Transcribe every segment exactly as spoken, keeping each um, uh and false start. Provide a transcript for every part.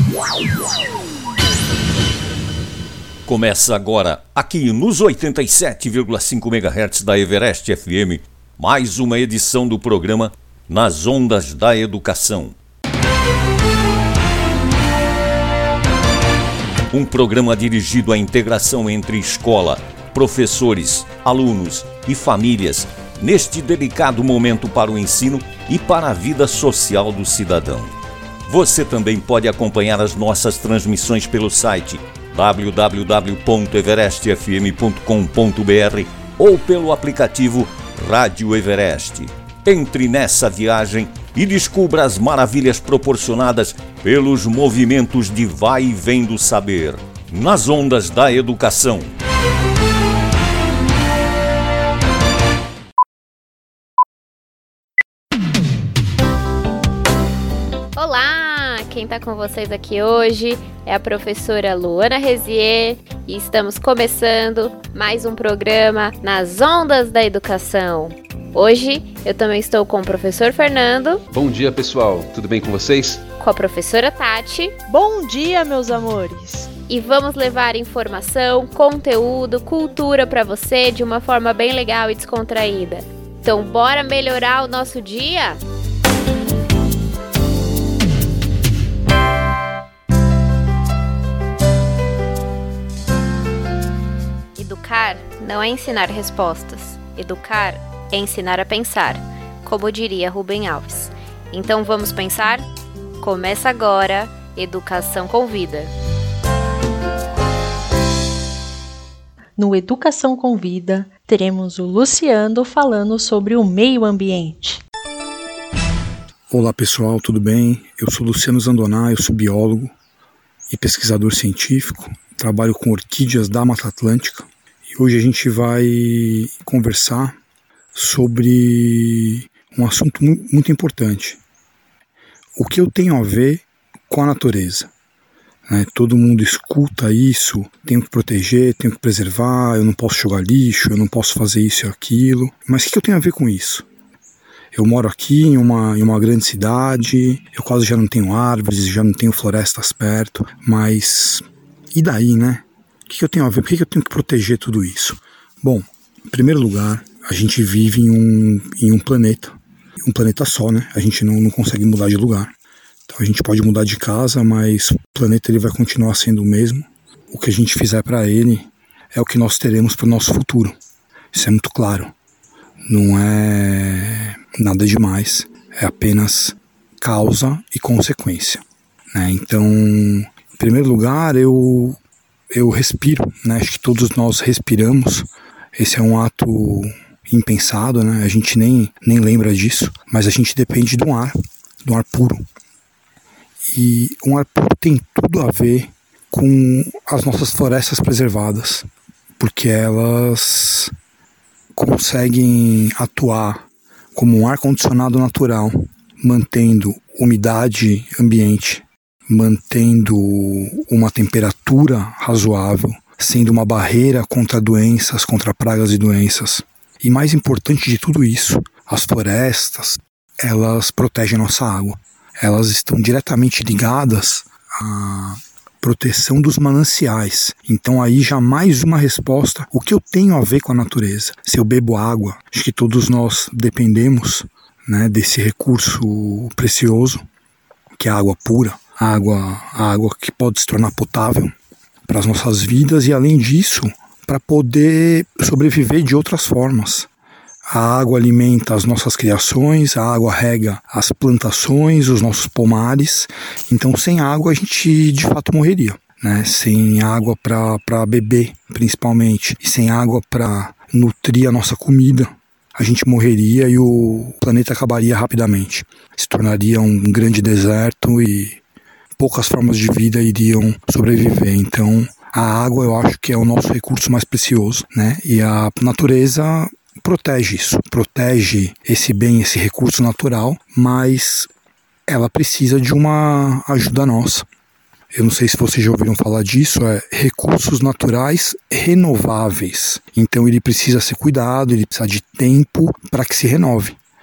Começa agora, aqui nos oitenta e sete vírgula cinco megahertz da Everest F M, mais uma edição do programa Nas Ondas da Educação. Um programa dirigido à integração entre escola, professores, alunos e famílias neste delicado momento para o ensino e para a vida social do cidadão. Você também pode acompanhar as nossas transmissões pelo site w w w ponto everest f m ponto com ponto b r ou pelo aplicativo Rádio Everest. Entre nessa viagem e descubra as maravilhas proporcionadas pelos movimentos de vai e vem do saber, nas ondas da educação. Olá! Quem está com vocês aqui hoje é a professora Luana Rezier e estamos começando mais um programa Nas Ondas da Educação. Hoje eu também estou com o professor Fernando. Bom dia, pessoal. Tudo bem com vocês? Com a professora Tati. Bom dia, meus amores. E vamos levar informação, conteúdo, cultura para você de uma forma bem legal e descontraída. Então, bora melhorar o nosso dia? Educar não é ensinar respostas. Educar é ensinar a pensar, como diria Rubem Alves. Então vamos pensar? Começa agora, Educação com Vida. No Educação com Vida, teremos o Luciano falando sobre o meio ambiente. Olá pessoal, tudo bem? Eu sou Luciano Zandoná, eu sou biólogo e pesquisador científico, trabalho com orquídeas da Mata Atlântica e hoje a gente vai conversar sobre um assunto muito importante. O que eu tenho a ver com a natureza? Né? Todo mundo escuta isso, tenho que proteger, tenho que preservar, eu não posso jogar lixo, eu não posso fazer isso e aquilo. Mas o que eu tenho a ver com isso? Eu moro aqui em uma, em uma grande cidade, eu quase já não tenho árvores, já não tenho florestas perto, mas e daí, né? O que eu tenho a ver? Por que eu tenho que proteger tudo isso? Bom, em primeiro lugar, a gente vive em um, em um planeta, um planeta só, né? A gente não, não consegue mudar de lugar. Então a gente pode mudar de casa, mas o planeta ele vai continuar sendo o mesmo. O que a gente fizer para ele é o que nós teremos para o nosso futuro. Isso é muito claro. Não é nada demais. É apenas causa e consequência. Né? Então, em primeiro lugar, eu, eu respiro. Né? Acho que todos nós respiramos. Esse é um ato impensado, né? A gente nem, nem lembra disso, mas a gente depende do ar, do ar puro. E um ar puro tem tudo a ver com as nossas florestas preservadas, porque elas conseguem atuar como um ar-condicionado natural, mantendo umidade ambiente, mantendo uma temperatura razoável, sendo uma barreira contra doenças, contra pragas e doenças. E mais importante de tudo isso, as florestas, elas protegem a nossa água. Elas estão diretamente ligadas à proteção dos mananciais. Então aí já mais uma resposta. O que eu tenho a ver com a natureza? Se eu bebo água, acho que todos nós dependemos, né, desse recurso precioso, que é a água pura, a água, a água que pode se tornar potável para as nossas vidas e, além disso, para poder sobreviver de outras formas. A água alimenta as nossas criações, a água rega as plantações, os nossos pomares. Então, sem água, a gente de fato morreria. Né? Sem água para beber, principalmente, e sem água para nutrir a nossa comida, a gente morreria e o planeta acabaria rapidamente. Se tornaria um grande deserto e poucas formas de vida iriam sobreviver. Então, a água eu acho que é o nosso recurso mais precioso, né? E a natureza protege isso, protege esse bem, esse recurso natural, mas ela precisa de uma ajuda nossa. Eu não sei se vocês já ouviram falar disso, é recursos naturais renováveis. Então ele precisa ser cuidado, ele precisa de tempo para que se renove.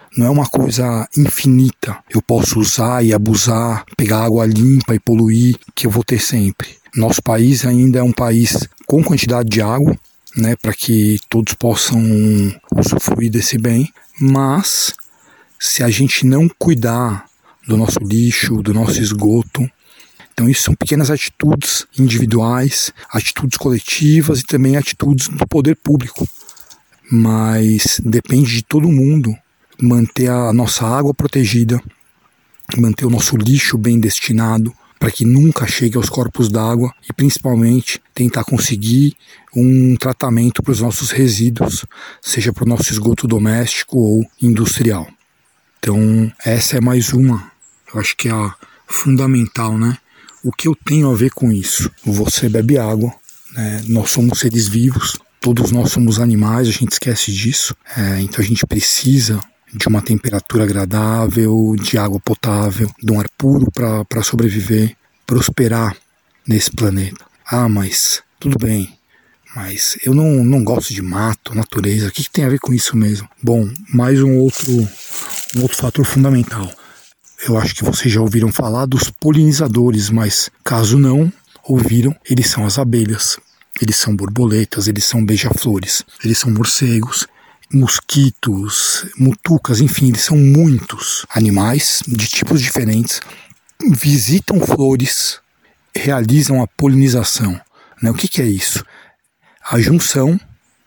não é uma coisa infinita. Eu posso usar e abusar, pegar água limpa e poluir, que eu vou ter sempre. Nosso país ainda é um país com quantidade de água, né, para que todos possam usufruir desse bem, mas se a gente não cuidar do nosso lixo, do nosso esgoto, então isso são pequenas atitudes individuais, atitudes coletivas e também atitudes do poder público, mas depende de todo mundo manter a nossa água protegida, manter o nosso lixo bem destinado, para que nunca chegue aos corpos d'água e principalmente tentar conseguir um tratamento para os nossos resíduos, seja para o nosso esgoto doméstico ou industrial. Então essa é mais uma, eu acho que é a fundamental, né? O que eu tenho a ver com isso? Você bebe água, né? Nós somos seres vivos, todos nós somos animais, a gente esquece disso, é, então a gente precisa de uma temperatura agradável, de água potável, de um ar puro para sobreviver, prosperar nesse planeta. Ah, mas tudo bem, mas eu não, não gosto de mato, natureza, o que, que tem a ver com isso mesmo? Bom, mais um outro, um outro fator fundamental. Eu acho que vocês já ouviram falar dos polinizadores, mas caso não ouviram, eles são as abelhas, eles são borboletas, eles são beija-flores, eles são morcegos, mosquitos, mutucas, enfim, eles são muitos animais de tipos diferentes, visitam flores, realizam a polinização. Né? O que, que é isso? A junção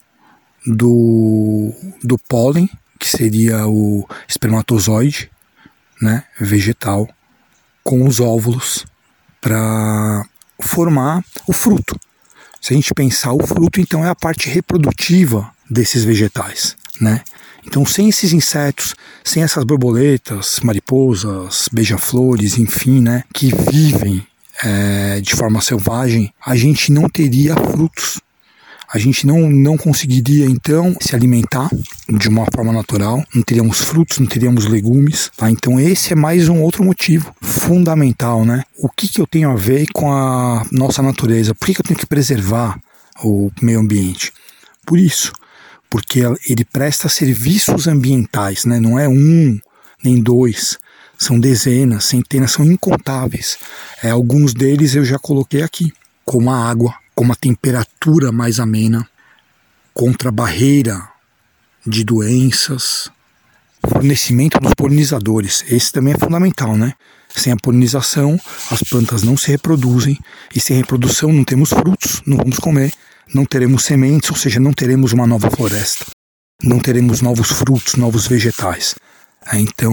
do, do pólen, que seria o espermatozoide, né, vegetal, com os óvulos para formar o fruto. Se a gente pensar, o fruto então é a parte reprodutiva desses vegetais, né? Então, sem esses insetos, sem essas borboletas, mariposas, beija-flores, enfim, né, que vivem é, de forma selvagem, a gente não teria frutos. A gente não, não conseguiria, então, se alimentar de uma forma natural, não teríamos frutos, não teríamos legumes, tá? Então esse é mais um outro motivo fundamental, né? O que, que eu tenho a ver com a nossa natureza? Por que, que eu tenho que preservar o meio ambiente? Por isso, porque ele presta serviços ambientais, né? Não é um, nem dois, são dezenas, centenas, são incontáveis. É, alguns deles eu já coloquei aqui, como a água, com uma temperatura mais amena, contra a barreira de doenças, fornecimento dos polinizadores. Esse também é fundamental, né? Sem a polinização, as plantas não se reproduzem, e sem reprodução não temos frutos, não vamos comer, não teremos sementes, ou seja, não teremos uma nova floresta, não teremos novos frutos, novos vegetais. Então,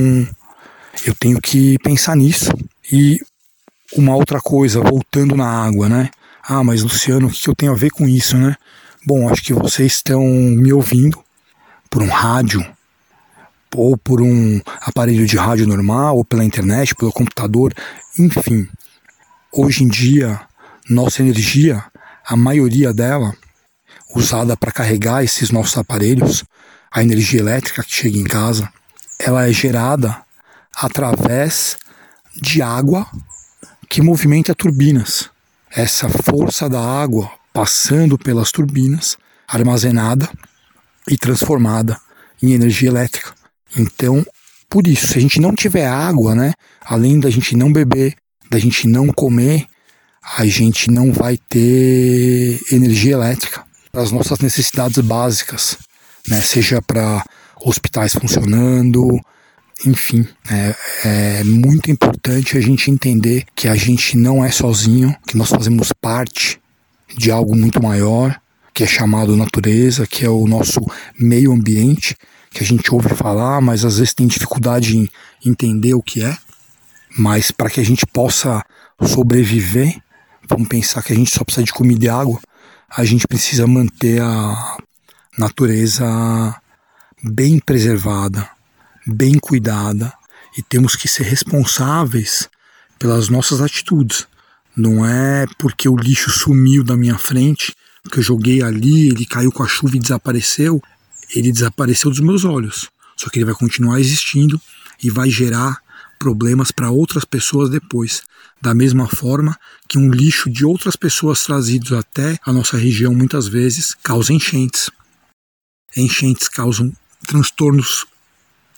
eu tenho que pensar nisso. E uma outra coisa, voltando na água, né? Ah, mas Luciano, o que eu tenho a ver com isso, né? Bom, acho que vocês estão me ouvindo por um rádio, ou por um aparelho de rádio normal, ou pela internet, pelo computador, enfim. Hoje em dia, nossa energia, a maioria dela, usada para carregar esses nossos aparelhos, a energia elétrica que chega em casa, ela é gerada através de água que movimenta turbinas. Essa força da água passando pelas turbinas, armazenada e transformada em energia elétrica. Então, por isso, se a gente não tiver água, né, além da gente não beber, da gente não comer, a gente não vai ter energia elétrica para as nossas necessidades básicas, né, seja para hospitais funcionando, enfim, é, é muito importante a gente entender que a gente não é sozinho, que nós fazemos parte de algo muito maior, que é chamado natureza, que é o nosso meio ambiente, que a gente ouve falar, mas às vezes tem dificuldade em entender o que é. Mas para que a gente possa sobreviver, vamos pensar que a gente só precisa de comida e água, a gente precisa manter a natureza bem preservada, bem cuidada, e temos que ser responsáveis pelas nossas atitudes. Não é porque o lixo sumiu da minha frente, que eu joguei ali, ele caiu com a chuva e desapareceu, ele desapareceu dos meus olhos. Só que ele vai continuar existindo e vai gerar problemas para outras pessoas depois. Da mesma forma que um lixo de outras pessoas trazidos até a nossa região muitas vezes causa enchentes. Enchentes causam transtornos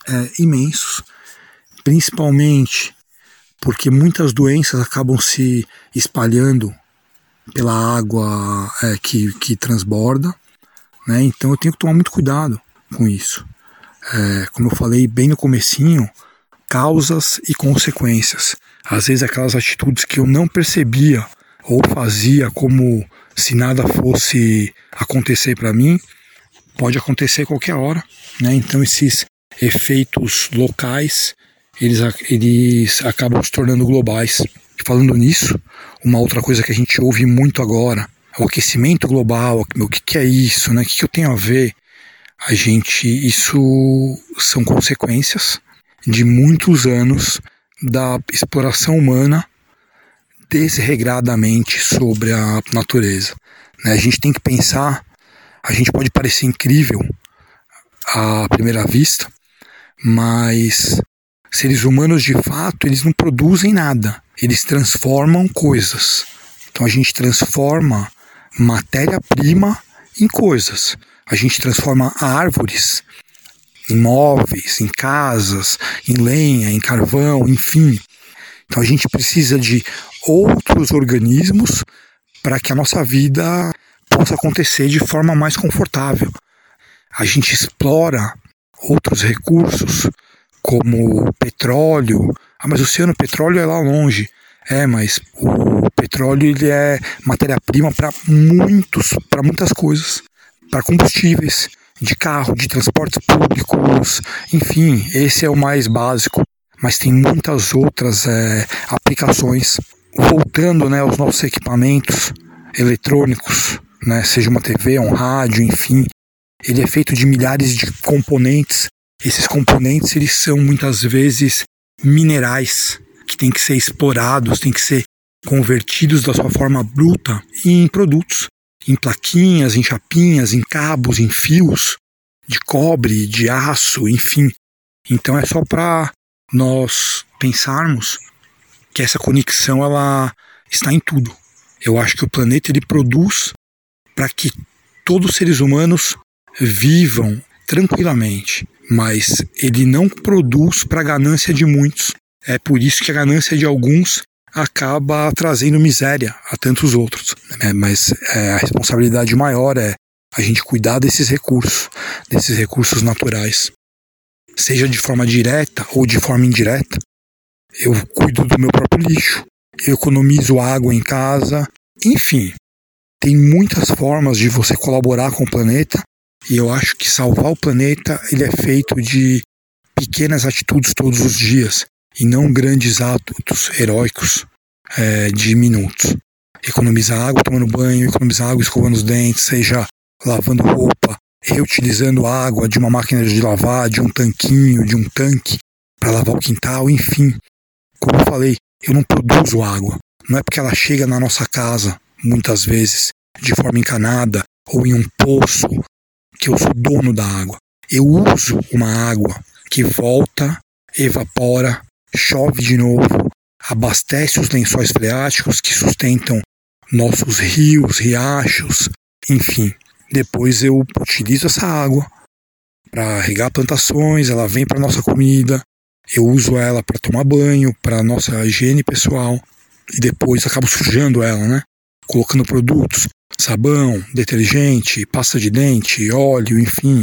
é, imensos, principalmente porque muitas doenças acabam se espalhando pela água é, que, que transborda, né? Então eu tenho que tomar muito cuidado com isso. É, como eu falei bem no comecinho, causas e consequências. Às vezes aquelas atitudes que eu não percebia ou fazia como se nada fosse acontecer para mim, pode acontecer a qualquer hora, né? Então esses efeitos locais, eles, eles acabam se tornando globais. E falando nisso, uma outra coisa que a gente ouve muito agora, o aquecimento global, o que, que é isso, né? O que, que eu tenho a ver? A gente, isso são consequências de muitos anos da exploração humana desregradamente sobre a natureza, né? A gente tem que pensar, a gente pode parecer incrível à primeira vista, mas seres humanos de fato, eles não produzem nada, eles transformam coisas. Então a gente transforma matéria-prima em coisas, a gente transforma árvores em móveis, em casas, em lenha, em carvão, enfim. Então a gente precisa de outros organismos para que a nossa vida possa acontecer de forma mais confortável. A gente explora outros recursos, como petróleo. Ah, mas Luciano, o petróleo é lá longe. É, mas o petróleo ele é matéria-prima para muitos, para muitas coisas, para combustíveis, de carro, de transportes públicos, enfim, esse é o mais básico. Mas tem muitas outras é, aplicações. Voltando, né, aos nossos equipamentos eletrônicos, né, seja uma T V, um rádio, enfim, ele é feito de milhares de componentes. Esses componentes, eles são muitas vezes minerais, que têm que ser explorados, têm que ser convertidos da sua forma bruta em produtos, em plaquinhas, em chapinhas, em cabos, em fios de cobre, de aço, enfim. Então é só para nós pensarmos que essa conexão ela está em tudo. Eu acho que o planeta ele produz para que todos os seres humanos vivam tranquilamente, mas ele não produz para a ganância de muitos. É por isso que a ganância de alguns acaba trazendo miséria a tantos outros. É, mas é, a responsabilidade maior é a gente cuidar desses recursos, desses recursos naturais. Seja de forma direta ou de forma indireta. Eu cuido do meu próprio lixo, eu economizo água em casa, enfim. Tem muitas formas de você colaborar com o planeta e eu acho que salvar o planeta ele é feito de pequenas atitudes todos os dias e não grandes atos heróicos é, de minutos. Economizar água tomando banho, economizar água escovando os dentes, seja lavando roupa, reutilizando água de uma máquina de lavar, de um tanquinho, de um tanque para lavar o quintal, enfim. Como eu falei, eu não produzo água. Não é porque ela chega na nossa casa, muitas vezes, de forma encanada ou em um poço, que eu sou dono da água. Eu uso uma água que volta, evapora, chove de novo, abastece os lençóis freáticos que sustentam nossos rios, riachos, enfim. Depois eu utilizo essa água para regar plantações, ela vem para nossa comida, eu uso ela para tomar banho, para nossa higiene pessoal e depois acabo sujando ela, né? Colocando produtos, sabão, detergente, pasta de dente, óleo, enfim.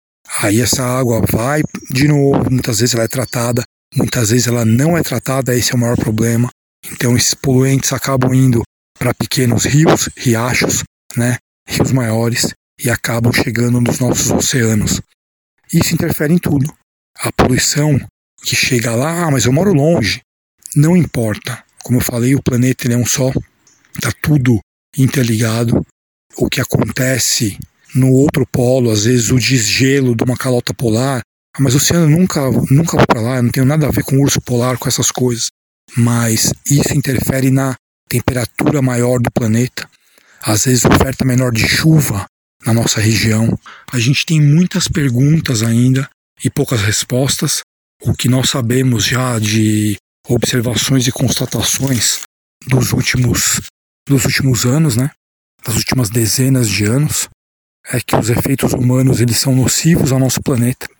Aí essa água vai de novo, muitas vezes ela é tratada, muitas vezes ela não é tratada, esse é o maior problema. Então esses poluentes acabam indo para pequenos rios, riachos, né? Rios maiores e acabam chegando nos nossos oceanos. Isso interfere em tudo. A poluição que chega lá, ah, mas eu moro longe. Não importa. Como eu falei, o planeta ele é um só. Está tudo interligado. O que acontece no outro polo, às vezes o desgelo de uma calota polar. Ah, mas o oceano nunca, nunca vai para lá, eu não tenho nada a ver com o urso polar, com essas coisas. Mas isso interfere na temperatura maior do planeta. Às vezes oferta menor de chuva na nossa região. A gente tem muitas perguntas ainda e poucas respostas. O que nós sabemos já de observações e constatações dos últimos, dos últimos anos, né? Das últimas dezenas de anos, é que os efeitos humanos eles são nocivos ao nosso planeta.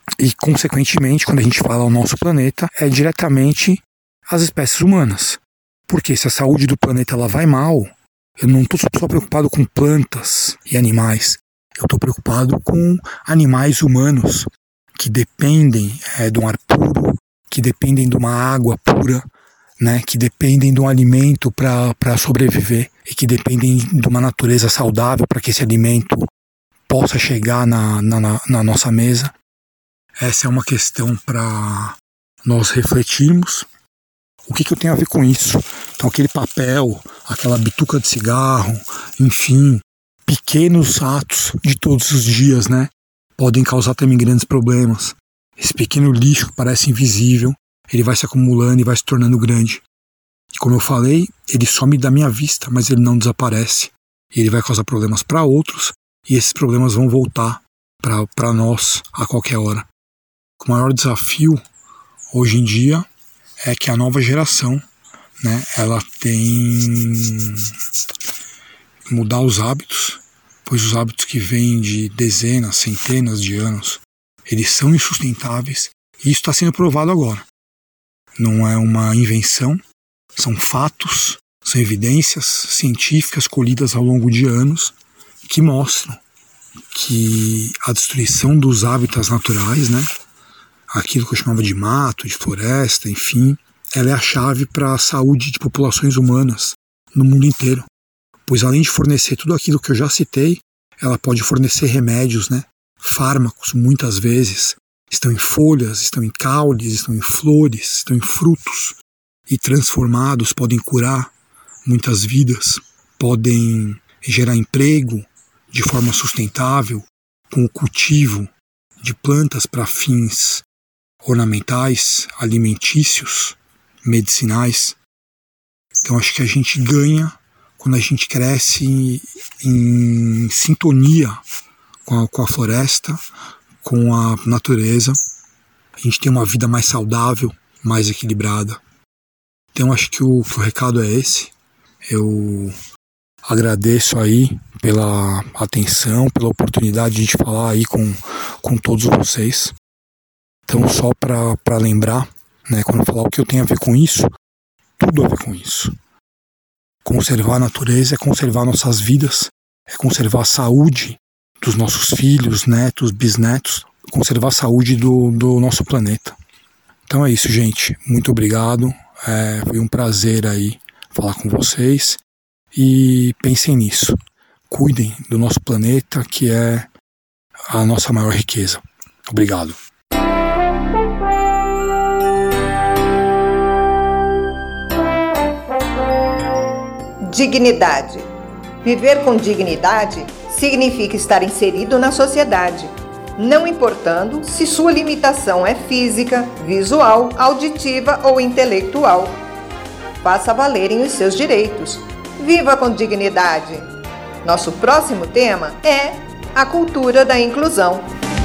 E, consequentemente, quando a gente fala o nosso planeta, é diretamente as espécies humanas. Porque se a saúde do planeta ela vai mal, eu não estou só preocupado com plantas e animais. Eu estou preocupado com animais humanos que dependem é, de um ar puro, que dependem de uma água pura, né, que dependem de um alimento para sobreviver e que dependem de uma natureza saudável para que esse alimento possa chegar na, na, na nossa mesa. Essa é uma questão para nós refletirmos. O que, que eu tenho a ver com isso? Então, aquele papel, aquela bituca de cigarro, enfim, pequenos atos de todos os dias, né, podem causar também grandes problemas. Esse pequeno lixo que parece invisível, ele vai se acumulando e vai se tornando grande. E como eu falei, ele some da minha vista, mas ele não desaparece. Ele vai causar problemas para outros e esses problemas vão voltar para nós a qualquer hora. O maior desafio hoje em dia é que a nova geração, né, ela tem mudar os hábitos, pois os hábitos que vêm de dezenas, centenas de anos, eles são insustentáveis e isso está sendo provado agora. Não é uma invenção, são fatos, são evidências científicas colhidas ao longo de anos que mostram que a destruição dos hábitats naturais, né, aquilo que eu chamava de mato, de floresta, enfim, ela é a chave para a saúde de populações humanas no mundo inteiro. Pois além de fornecer tudo aquilo que eu já citei, ela pode fornecer remédios, né, fármacos, muitas vezes, estão em folhas, estão em caules, estão em flores, estão em frutos, e transformados podem curar muitas vidas, podem gerar emprego de forma sustentável, com o cultivo de plantas para fins ornamentais, alimentícios, medicinais. Então acho que a gente ganha quando a gente cresce em, em sintonia com a, com a floresta, com a natureza. A gente tem uma vida mais saudável, mais equilibrada. Então acho que o, que o recado é esse. Eu agradeço aí pela atenção, pela oportunidade de a gente falar aí com, com todos vocês. Então só para lembrar, né, quando eu falar o que eu tenho a ver com isso, tudo a ver com isso. Conservar a natureza é conservar nossas vidas, é conservar a saúde dos nossos filhos, netos, bisnetos, conservar a saúde do, do nosso planeta. Então é isso, gente. Muito obrigado. É, foi um prazer aí falar com vocês. E pensem nisso. Cuidem do nosso planeta, que é a nossa maior riqueza. Obrigado. Dignidade. Viver com dignidade significa estar inserido na sociedade, não importando se sua limitação é física, visual, auditiva ou intelectual. Faça valerem os seus direitos. Viva com dignidade. Nosso próximo tema é a cultura da inclusão.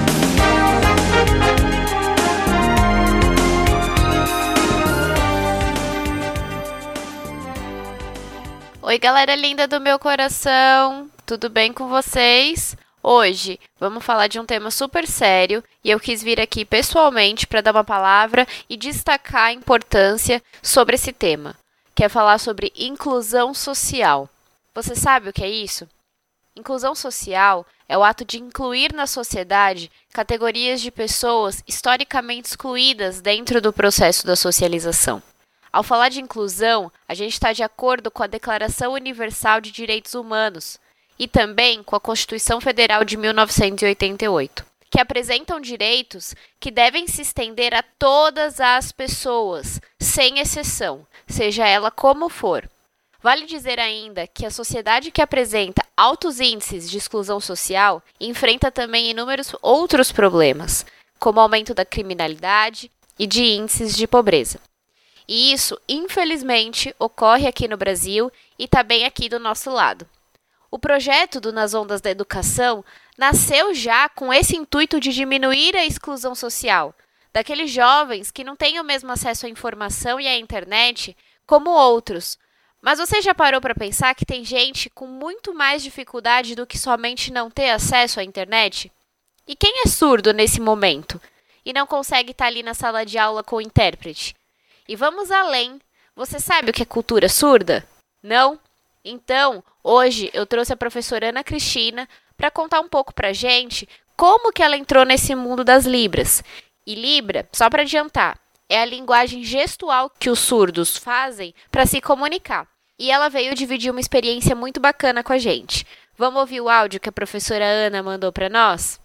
Oi, galera linda do meu coração, tudo bem com vocês? Hoje vamos falar de um tema super sério e eu quis vir aqui pessoalmente para dar uma palavra e destacar a importância sobre esse tema, que é falar sobre inclusão social. Você sabe o que é isso? Inclusão social é o ato de incluir na sociedade categorias de pessoas historicamente excluídas dentro do processo da socialização. Ao falar de inclusão, a gente está de acordo com a Declaração Universal de Direitos Humanos e também com a Constituição Federal de mil novecentos e oitenta e oito, que apresentam direitos que devem se estender a todas as pessoas, sem exceção, seja ela como for. Vale dizer ainda que a sociedade que apresenta altos índices de exclusão social enfrenta também inúmeros outros problemas, como o aumento da criminalidade e de índices de pobreza. E isso, infelizmente, ocorre aqui no Brasil e também aqui do nosso lado. O projeto do Nas Ondas da Educação nasceu já com esse intuito de diminuir a exclusão social, daqueles jovens que não têm o mesmo acesso à informação e à internet como outros. Mas você já parou para pensar que tem gente com muito mais dificuldade do que somente não ter acesso à internet? E quem é surdo nesse momento? e não consegue estar ali na sala de aula com o intérprete? E vamos além. Você sabe o que é cultura surda? Não? Então, hoje eu trouxe a professora Ana Cristina para contar um pouco pra gente como que ela entrou nesse mundo das Libras. E Libra, só para adiantar, é a linguagem gestual que os surdos fazem para se comunicar. E ela veio dividir uma experiência muito bacana com a gente. Vamos ouvir o áudio que a professora Ana mandou para nós?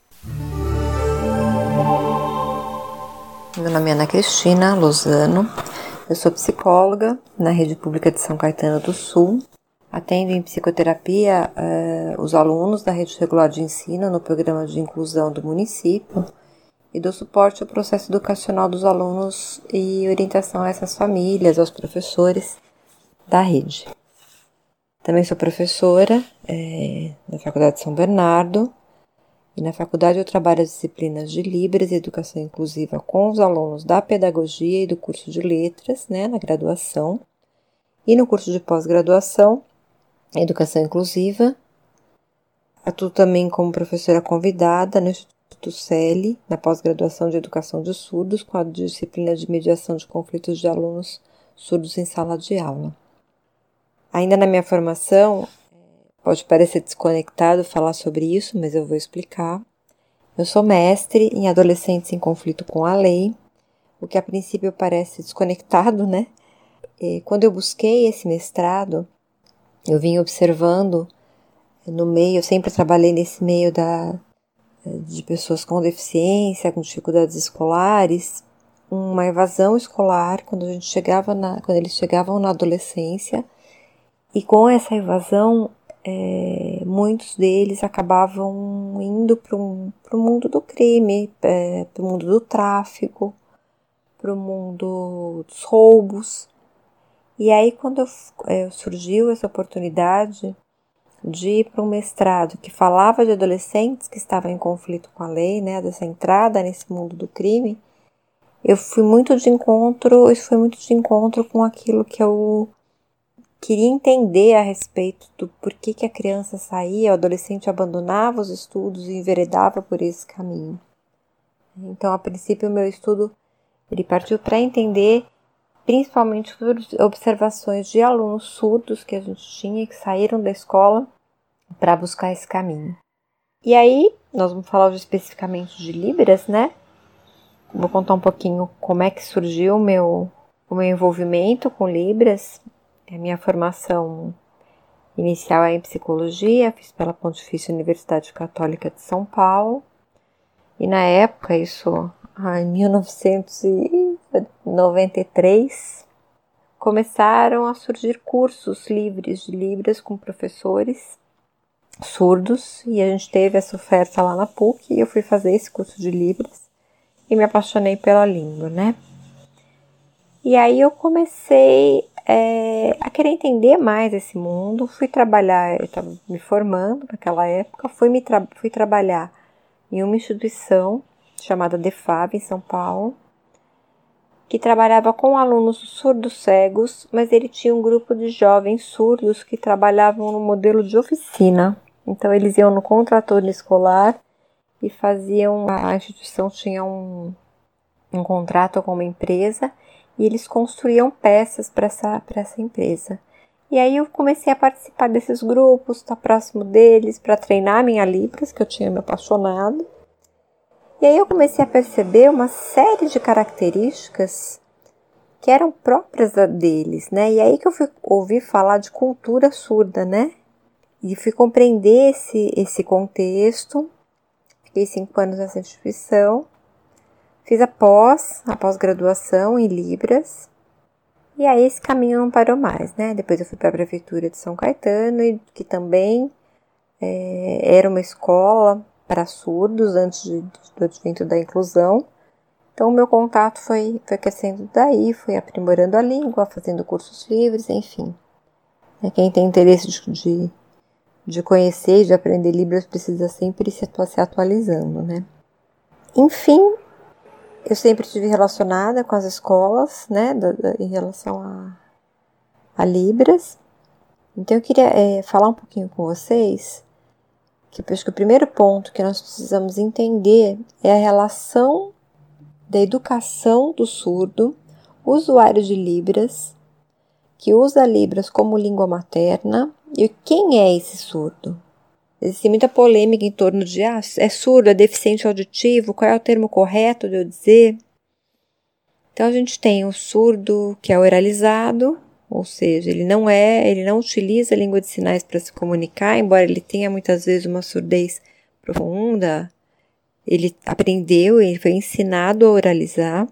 Meu nome é Ana Cristina Lozano, eu sou psicóloga na Rede Pública de São Caetano do Sul. Atendo em psicoterapia uh, os alunos da Rede Regular de Ensino no programa de inclusão do município e dou suporte ao processo educacional dos alunos e orientação a essas famílias, aos professores da rede. Também sou professora é, na Faculdade de São Bernardo e na faculdade eu trabalho as disciplinas de Libras e Educação Inclusiva com os alunos da Pedagogia e do curso de Letras, né, na graduação, e no curso de pós-graduação, Educação Inclusiva. Atuo também como professora convidada no Instituto C E L, na pós-graduação de Educação de Surdos, com a disciplina de Mediação de Conflitos de Alunos Surdos em Sala de Aula. Ainda na minha formação, pode parecer desconectado falar sobre isso, mas eu vou explicar. Eu sou mestre em adolescentes em conflito com a lei, o que a princípio parece desconectado, né? E quando eu busquei esse mestrado, eu vim observando no meio, eu sempre trabalhei nesse meio da, de pessoas com deficiência, com dificuldades escolares, uma evasão escolar quando a gente chegava na, quando eles chegavam na adolescência, e com essa evasão, é, muitos deles acabavam indo para o mundo do crime, é, para o mundo do tráfico, para o mundo dos roubos. E aí, quando eu, é, surgiu essa oportunidade de ir para um mestrado que falava de adolescentes que estavam em conflito com a lei, né, dessa entrada nesse mundo do crime, eu fui muito de encontro, isso foi muito de encontro com aquilo que eu queria entender a respeito do porquê que a criança saía, o adolescente abandonava os estudos e enveredava por esse caminho. Então, a princípio, o meu estudo ele partiu para entender principalmente por observações de alunos surdos que a gente tinha, que saíram da escola para buscar esse caminho. E aí, nós vamos falar hoje especificamente de Libras, né? Vou contar um pouquinho como é que surgiu o meu, o meu envolvimento com Libras. A minha formação inicial é em psicologia, fiz pela Pontifícia Universidade Católica de São Paulo. E na época, isso em mil novecentos e noventa e três, começaram a surgir cursos livres de Libras com professores surdos, e a gente teve essa oferta lá na P U C, e eu fui fazer esse curso de Libras e me apaixonei pela língua, né? E aí eu comecei é, a querer entender mais esse mundo, fui trabalhar, eu estava me formando naquela época, fui, me tra- fui trabalhar em uma instituição chamada DEFAB, em São Paulo, que trabalhava com alunos surdos cegos, mas ele tinha um grupo de jovens surdos que trabalhavam no modelo de oficina. Então, eles iam no contraturno escolar e faziam, a instituição tinha um, um contrato com uma empresa e eles construíam peças para essa, para essa empresa. E aí eu comecei a participar desses grupos, estar próximo deles, para treinar minha Libras, que eu tinha me apaixonado. E aí eu comecei a perceber uma série de características que eram próprias deles, né? E aí que eu fui ouvir falar de cultura surda, né? E fui compreender esse, esse contexto. Fiquei cinco anos nessa instituição. Fiz a pós, a pós-graduação em Libras. E aí esse caminho não parou mais, né? Depois eu fui para a Prefeitura de São Caetano, que também é, era uma escola para surdos antes de, do advento da inclusão. Então, o meu contato foi, foi crescendo daí, fui aprimorando a língua, fazendo cursos livres, enfim. Quem tem interesse de, de, de conhecer e de aprender Libras precisa sempre se, se atualizando, né? Enfim, eu sempre estive relacionada com as escolas, né, da, da, em relação a, a Libras. Então, eu queria é, falar um pouquinho com vocês que eu acho que o primeiro ponto que nós precisamos entender é a relação da educação do surdo, usuário de Libras, que usa Libras como língua materna. E quem é esse surdo? Existe muita polêmica em torno de, ah, é surdo, é deficiente auditivo, qual é o termo correto de eu dizer? Então, a gente tem o surdo que é oralizado, ou seja, ele não é, ele não utiliza a língua de sinais para se comunicar, embora ele tenha muitas vezes uma surdez profunda, ele aprendeu, ele foi ensinado a oralizar.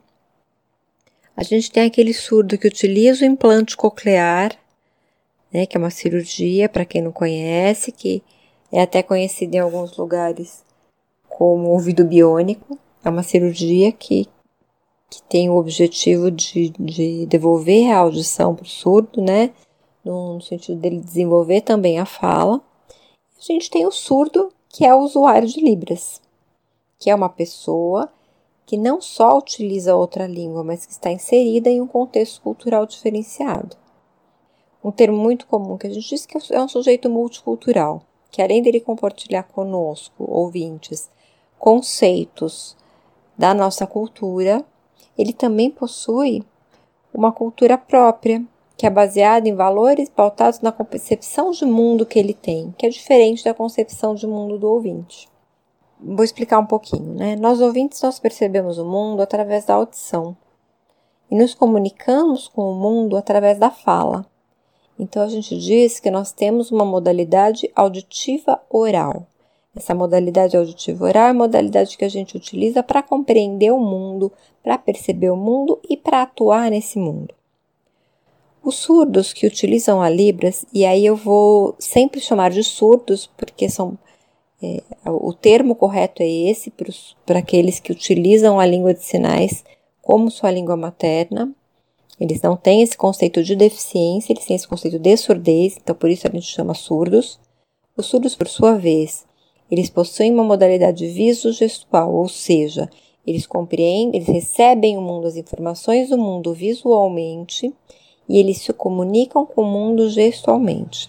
A gente tem aquele surdo que utiliza o implante coclear, né, que é uma cirurgia, para quem não conhece, que é até conhecida em alguns lugares como ouvido biônico. É uma cirurgia que, que tem o objetivo de, de devolver a audição para o surdo, né, no, no sentido dele desenvolver também a fala. A gente tem o surdo, que é o usuário de Libras, que é uma pessoa que não só utiliza outra língua, mas que está inserida em um contexto cultural diferenciado. Um termo muito comum que a gente diz que é um sujeito multicultural, que além dele compartilhar conosco, ouvintes, conceitos da nossa cultura, ele também possui uma cultura própria, que é baseada em valores pautados na concepção de mundo que ele tem, que é diferente da concepção de mundo do ouvinte. Vou explicar um pouquinho, né? Nós ouvintes, nós percebemos o mundo através da audição e nos comunicamos com o mundo através da fala. Então, a gente diz que nós temos uma modalidade auditiva oral. Essa modalidade auditiva oral é a modalidade que a gente utiliza para compreender o mundo, para perceber o mundo e para atuar nesse mundo. Os surdos que utilizam a Libras, e aí eu vou sempre chamar de surdos, porque são, é, o termo correto é esse, para aqueles que utilizam a língua de sinais como sua língua materna. Eles não têm esse conceito de deficiência, eles têm esse conceito de surdez, então por isso a gente chama surdos. Os surdos, por sua vez, eles possuem uma modalidade visogestual, ou seja, eles compreendem, eles recebem o mundo, as informações do mundo visualmente e eles se comunicam com o mundo gestualmente.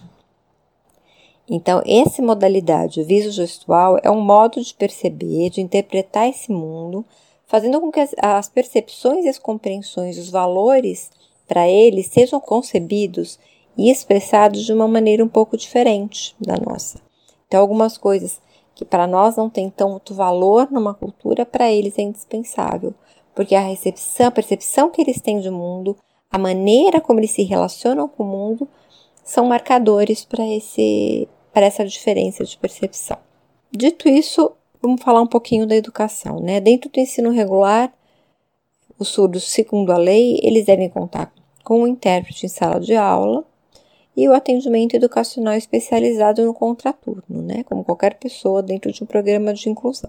Então, essa modalidade visogestual é um modo de perceber, de interpretar esse mundo, fazendo com que as, as percepções e as compreensões, os valores para eles sejam concebidos e expressados de uma maneira um pouco diferente da nossa. Então, algumas coisas que para nós não tem tanto valor numa cultura, para eles é indispensável, porque a recepção, a percepção que eles têm de mundo, a maneira como eles se relacionam com o mundo, são marcadores para esse, para essa diferença de percepção. Dito isso, vamos falar um pouquinho da educação, né? Dentro do ensino regular, os surdos, segundo a lei, eles devem contar com um intérprete em sala de aula e o atendimento educacional especializado no contraturno, né? Como qualquer pessoa dentro de um programa de inclusão.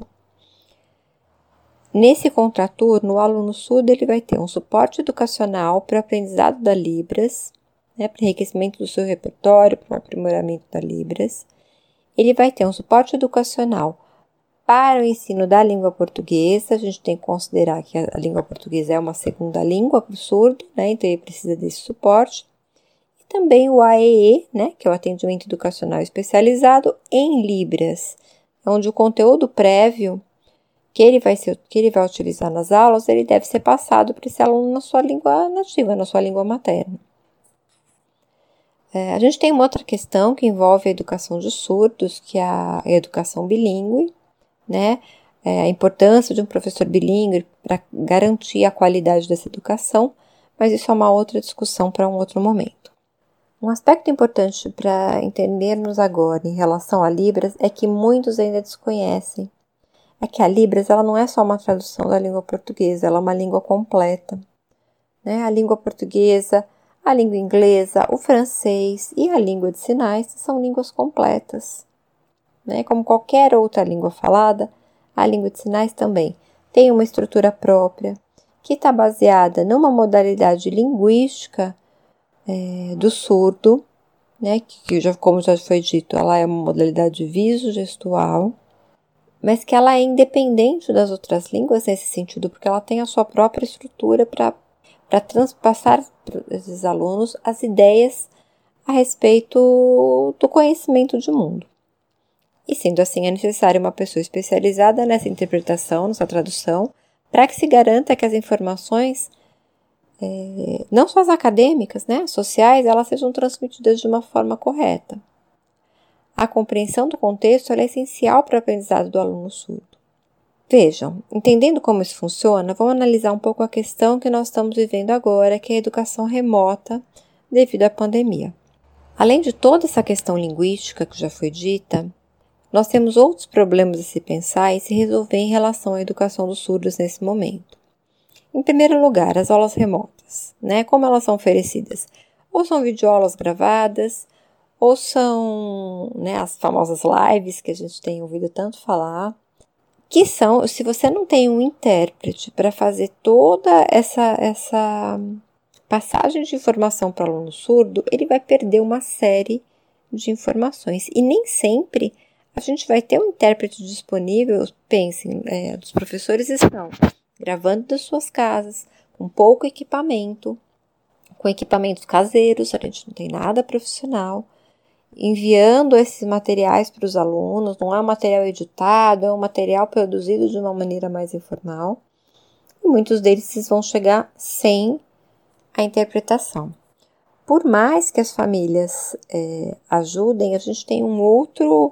Nesse contraturno, o aluno surdo ele vai ter um suporte educacional para o aprendizado da Libras, né? Para enriquecimento do seu repertório, para o aprimoramento da Libras. Ele vai ter um suporte educacional para o ensino da língua portuguesa. A gente tem que considerar que a língua portuguesa é uma segunda língua para o surdo, né? Então ele precisa desse suporte. E também o A E E, né? Que é o atendimento educacional especializado em Libras, onde o conteúdo prévio que ele vai, ser, que ele vai utilizar nas aulas, ele deve ser passado para esse aluno na sua língua nativa, na sua língua materna. É, a gente tem uma outra questão que envolve a educação de surdos, que é a, a educação bilíngue, né? É, a importância de um professor bilíngue para garantir a qualidade dessa educação, mas isso é uma outra discussão para um outro momento. Um aspecto importante para entendermos agora em relação a Libras é que muitos ainda desconhecem. É que a Libras ela não é só uma tradução da língua portuguesa, ela é uma língua completa, né? A língua portuguesa, a língua inglesa, o francês e a língua de sinais são línguas completas, né? Como qualquer outra língua falada, a língua de sinais também tem uma estrutura própria que está baseada numa modalidade linguística é, do surdo, né? Que, que já, como já foi dito, ela é uma modalidade visogestual, mas que ela é independente das outras línguas nesse sentido, porque ela tem a sua própria estrutura para para transpassar para esses alunos as ideias a respeito do conhecimento de mundo. E sendo assim, é necessário uma pessoa especializada nessa interpretação, nessa tradução, para que se garanta que as informações, é, não só as acadêmicas, né, sociais, elas sejam transmitidas de uma forma correta. A compreensão do contexto ela é essencial para o aprendizado do aluno surdo. Vejam, entendendo como isso funciona, vamos analisar um pouco a questão que nós estamos vivendo agora, que é a educação remota devido à pandemia. Além de toda essa questão linguística que já foi dita, nós temos outros problemas a se pensar e se resolver em relação à educação dos surdos nesse momento. Em primeiro lugar, as aulas remotas, né? Como elas são oferecidas? Ou são videoaulas gravadas, ou são, né, as famosas lives que a gente tem ouvido tanto falar, que são, se você não tem um intérprete para fazer toda essa, essa passagem de informação para o aluno surdo, ele vai perder uma série de informações. E nem sempre a gente vai ter um intérprete disponível. Pensem, é, os professores estão gravando das suas casas, com pouco equipamento, com equipamentos caseiros, a gente não tem nada profissional, enviando esses materiais para os alunos, não é um material editado, é um material produzido de uma maneira mais informal, e muitos deles vão chegar sem a interpretação. Por mais que as famílias é, ajudem, a gente tem um outro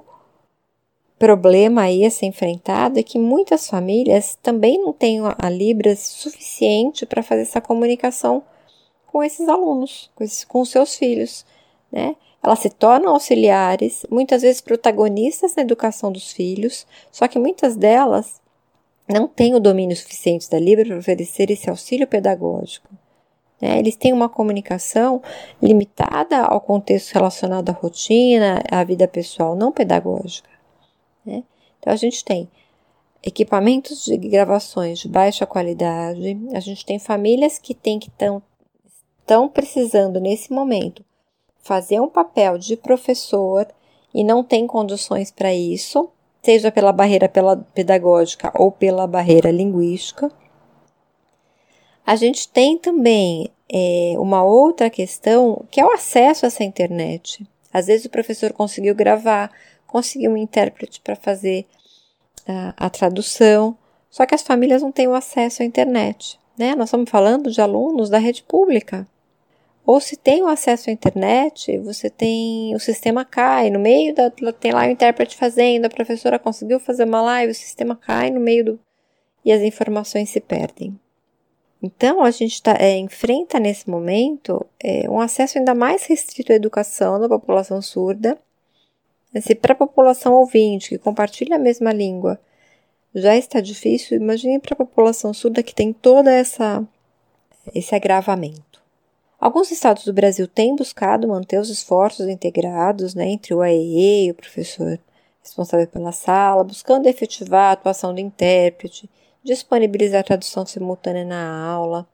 problema aí a ser enfrentado, é que muitas famílias também não têm a Libras suficiente para fazer essa comunicação com esses alunos, com, esses, com os seus filhos, né? Elas se tornam auxiliares, muitas vezes protagonistas na educação dos filhos, só que muitas delas não têm o domínio suficiente da Libra para oferecer esse auxílio pedagógico. Né? Eles têm uma comunicação limitada ao contexto relacionado à rotina, à vida pessoal, não pedagógica. Né? Então, a gente tem equipamentos de gravações de baixa qualidade, a gente tem famílias que têm que estão estão precisando, nesse momento, fazer um papel de professor e não tem condições para isso, seja pela barreira pela pedagógica ou pela barreira linguística. A gente tem também é, uma outra questão, que é o acesso a essa internet. Às vezes o professor conseguiu gravar, conseguiu um intérprete para fazer a, a tradução, só que as famílias não têm o acesso à internet. Né? Nós estamos falando de alunos da rede pública. Ou se tem o acesso à internet, você tem, o sistema cai, no meio da, tem lá o intérprete fazendo, a professora conseguiu fazer uma live, o sistema cai no meio do, e as informações se perdem. Então, a gente tá, é, enfrenta nesse momento é, um acesso ainda mais restrito à educação da população surda. Se para a população ouvinte, que compartilha a mesma língua, já está difícil, imagine para a população surda que tem todo essa, esse agravamento. Alguns estados do Brasil têm buscado manter os esforços integrados, né, entre o A E E e o professor responsável pela sala, buscando efetivar a atuação do intérprete, disponibilizar a tradução simultânea na aula.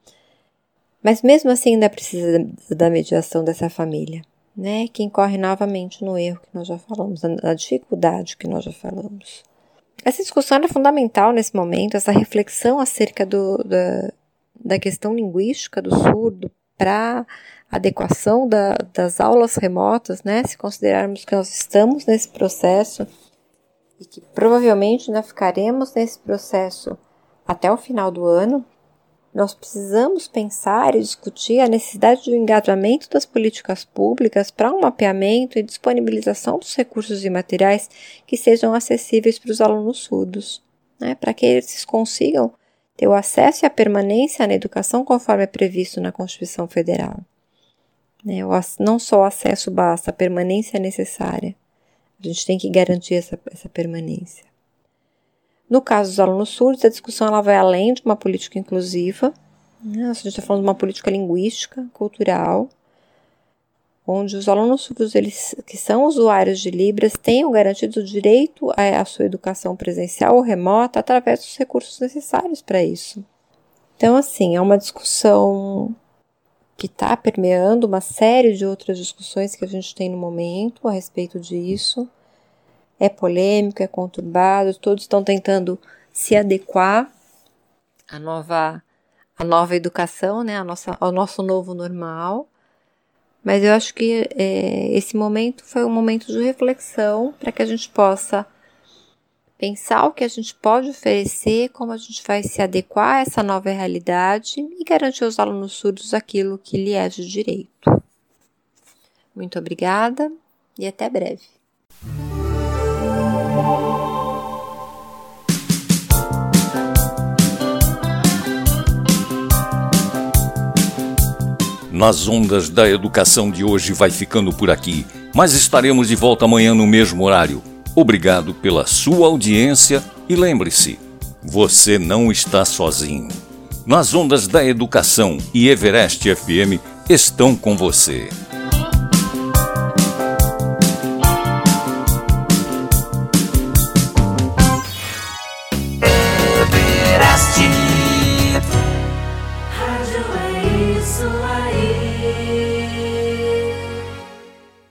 Mas mesmo assim ainda precisa da mediação dessa família, né, que incorre novamente no erro que nós já falamos, na dificuldade que nós já falamos. Essa discussão é fundamental nesse momento, essa reflexão acerca do, da, da questão linguística do surdo, para adequação da, das aulas remotas, né? Se considerarmos que nós estamos nesse processo e que provavelmente ainda ficaremos nesse processo até o final do ano, nós precisamos pensar e discutir a necessidade do engajamento das políticas públicas para um mapeamento e disponibilização dos recursos e materiais que sejam acessíveis para os alunos surdos, né? Para que eles consigam ter o acesso e a permanência na educação conforme é previsto na Constituição Federal. Né? Não só o acesso basta, a permanência é necessária. A gente tem que garantir essa, essa permanência. No caso dos alunos surdos, a discussão ela vai além de uma política inclusiva. Né? A gente está falando de uma política linguística, cultural, onde os alunos surdos, eles, que são usuários de Libras, tenham garantido o direito à, à sua educação presencial ou remota através dos recursos necessários para isso. Então, assim, é uma discussão que está permeando uma série de outras discussões que a gente tem no momento a respeito disso. É polêmico, é conturbado, todos estão tentando se adequar à nova, à nova educação, né, à nossa, ao nosso novo normal. Mas eu acho que é, esse momento foi um momento de reflexão para que a gente possa pensar o que a gente pode oferecer, como a gente vai se adequar a essa nova realidade e garantir aos alunos surdos aquilo que lhe é de direito. Muito obrigada e até breve. Nas Ondas da Educação de hoje vai ficando por aqui, mas estaremos de volta amanhã no mesmo horário. Obrigado pela sua audiência e lembre-se, você não está sozinho. Nas Ondas da Educação e Everest F M estão com você.